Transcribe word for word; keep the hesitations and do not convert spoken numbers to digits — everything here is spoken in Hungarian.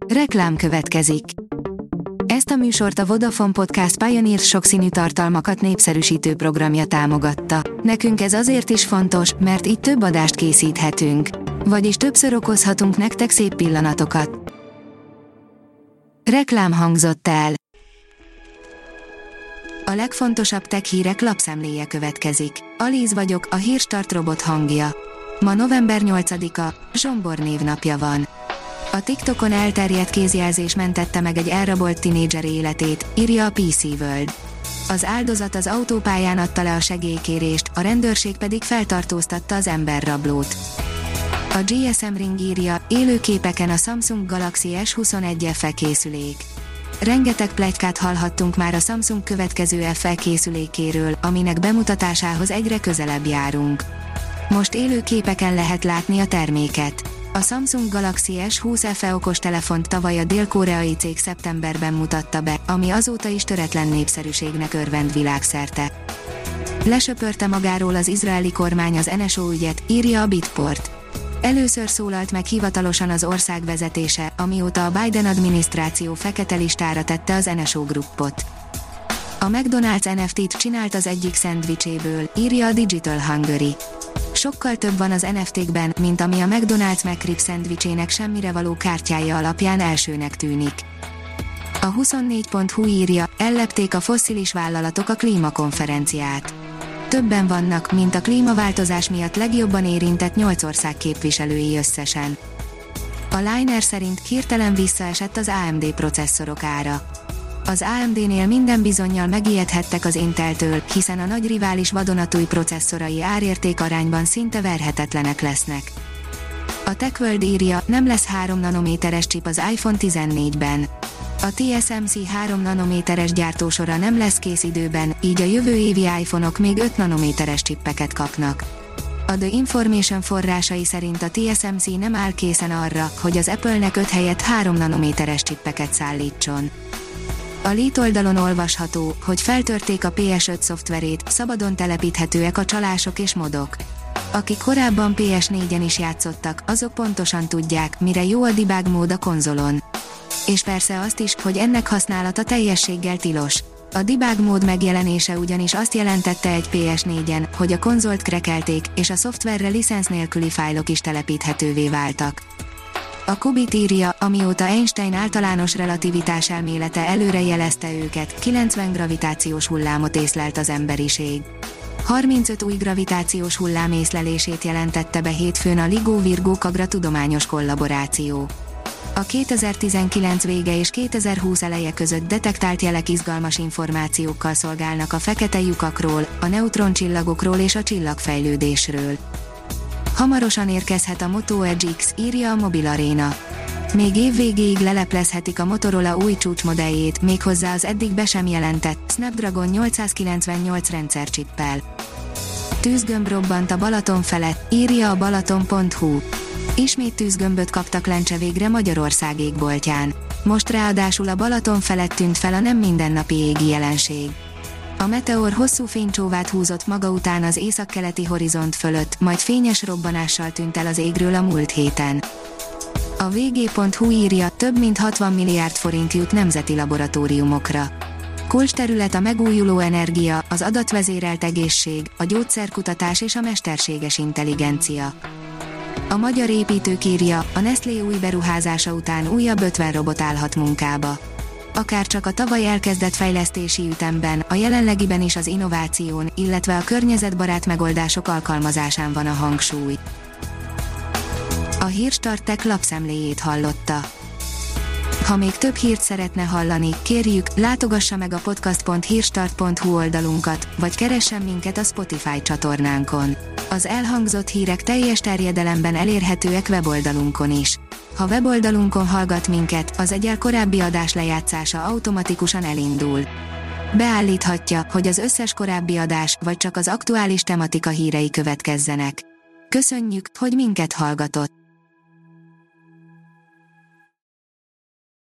Reklám következik. Ezt a műsort a Vodafone Podcast Pioneer sokszínű tartalmakat népszerűsítő programja támogatta. Nekünk ez azért is fontos, mert így több adást készíthetünk. Vagyis többször okozhatunk nektek szép pillanatokat. Reklám hangzott el. A legfontosabb tech hírek lapszemléje következik. Alíz vagyok, a Hírstart robot hangja. Ma november nyolcadika, Zsombor névnapja van. A TikTokon elterjedt kézjelzés mentette meg egy elrabolt tinédzser életét, írja a pé cé World. Az áldozat az autópályán adta le a segélykérést, a rendőrség pedig feltartóztatta az emberrablót. A gé es em Ring írja, élő képeken a Samsung Galaxy es huszonegy ef e készülék. Rengeteg pletykát hallhattunk már a Samsung következő ef e készülékéről, aminek bemutatásához egyre közelebb járunk. Most élő képeken lehet látni a terméket. A Samsung Galaxy es húsz ef e okostelefont tavaly a dél-koreai cég szeptemberben mutatta be, ami azóta is töretlen népszerűségnek örvend világszerte. Lesöpörte magáról az izraeli kormány az en es o ügyet, írja a Bitport. Először szólalt meg hivatalosan az ország vezetése, amióta a Biden adminisztráció fekete listára tette az en es o Groupot. A McDonald's en ef té-t csinált az egyik szendvicséből, írja a Digital Hungary. Sokkal több van az en ef té-kben, mint ami a McDonald's McRib szendvicsének semmire való kártyája alapján elsőnek tűnik. A huszonnégy pont hu írja, ellepték a fosszilis vállalatok a klímakonferenciát. Többen vannak, mint a klímaváltozás miatt legjobban érintett nyolc ország képviselői összesen. A Liner szerint hirtelen visszaesett az á em dé processzorok ára. Az á em dé-nél minden bizonnyal megijedhettek az Inteltől, hiszen a nagy rivális vadonatúj processzorai árérték arányban szinte verhetetlenek lesznek. A TechWorld írja, nem lesz három nanométeres chip az iPhone tizennégyben. A té es em cé három nanométeres gyártósora nem lesz kész időben, így a jövő évi iPhone-ok még öt nanométeres chippeket kapnak. A The Information forrásai szerint a té es em cé nem áll készen arra, hogy az Apple-nek öt helyett három nanométeres chippeket szállítson. A Lead oldalon olvasható, hogy feltörték a pé es öt szoftverét, szabadon telepíthetőek a csalások és modok. Akik korábban pé es négyen is játszottak, azok pontosan tudják, mire jó a debug mód a konzolon. És persze azt is, hogy ennek használata teljességgel tilos. A debug mód megjelenése ugyanis azt jelentette egy pé es négyen, hogy a konzolt crackelték, és a szoftverre licensz nélküli fájlok is telepíthetővé váltak. A Kubit írja, amióta Einstein általános relativitás elmélete előre jelezte őket, kilencven gravitációs hullámot észlelt az emberiség. harmincöt új gravitációs hullám észlelését jelentette be hétfőn a LIGO-Virgo-Kagra tudományos kollaboráció. A kétezer-tizenkilenc vége és kétezer-húsz eleje között detektált jelek izgalmas információkkal szolgálnak a fekete lyukakról, a neutroncsillagokról és a csillagfejlődésről. Hamarosan érkezhet a Moto Edge X, írja a Mobil Arena. Még év végéig leleplezhetik a Motorola új csúcsmodelljét, méghozzá az eddig be sem jelentett Snapdragon nyolcszázkilencvennyolc rendszercsippel. Tűzgömb robbant a Balaton felett, írja a balaton pont hu. Ismét tűzgömböt kaptak Lencse végre Magyarország égboltján. Most ráadásul a Balaton felett tűnt fel a nem mindennapi égi jelenség. A meteor hosszú fénycsóvát húzott maga után az északkeleti horizont fölött, majd fényes robbanással tűnt el az égről a múlt héten. A vé gé pont hu írja, több mint hatvan milliárd forint jut nemzeti laboratóriumokra. Kulcsterület a megújuló energia, az adatvezérelt egészség, a gyógyszerkutatás és a mesterséges intelligencia. A magyar építők írja, a Nestlé új beruházása után újabb ötven robot állhat munkába. Akárcsak a tavaly elkezdett fejlesztési ütemben, a jelenlegiben is az innováción, illetve a környezetbarát megoldások alkalmazásán van a hangsúly. A Hírstart Tech lapszemléjét hallotta. Ha még több hírt szeretne hallani, kérjük, látogassa meg a podcast pont hírstart pont hu oldalunkat, vagy keressen minket a Spotify csatornánkon. Az elhangzott hírek teljes terjedelemben elérhetőek weboldalunkon is. Ha weboldalunkon hallgat minket, az egyel korábbi adás lejátszása automatikusan elindul. Beállíthatja, hogy az összes korábbi adás, vagy csak az aktuális tematika hírei következzenek. Köszönjük, hogy minket hallgatott!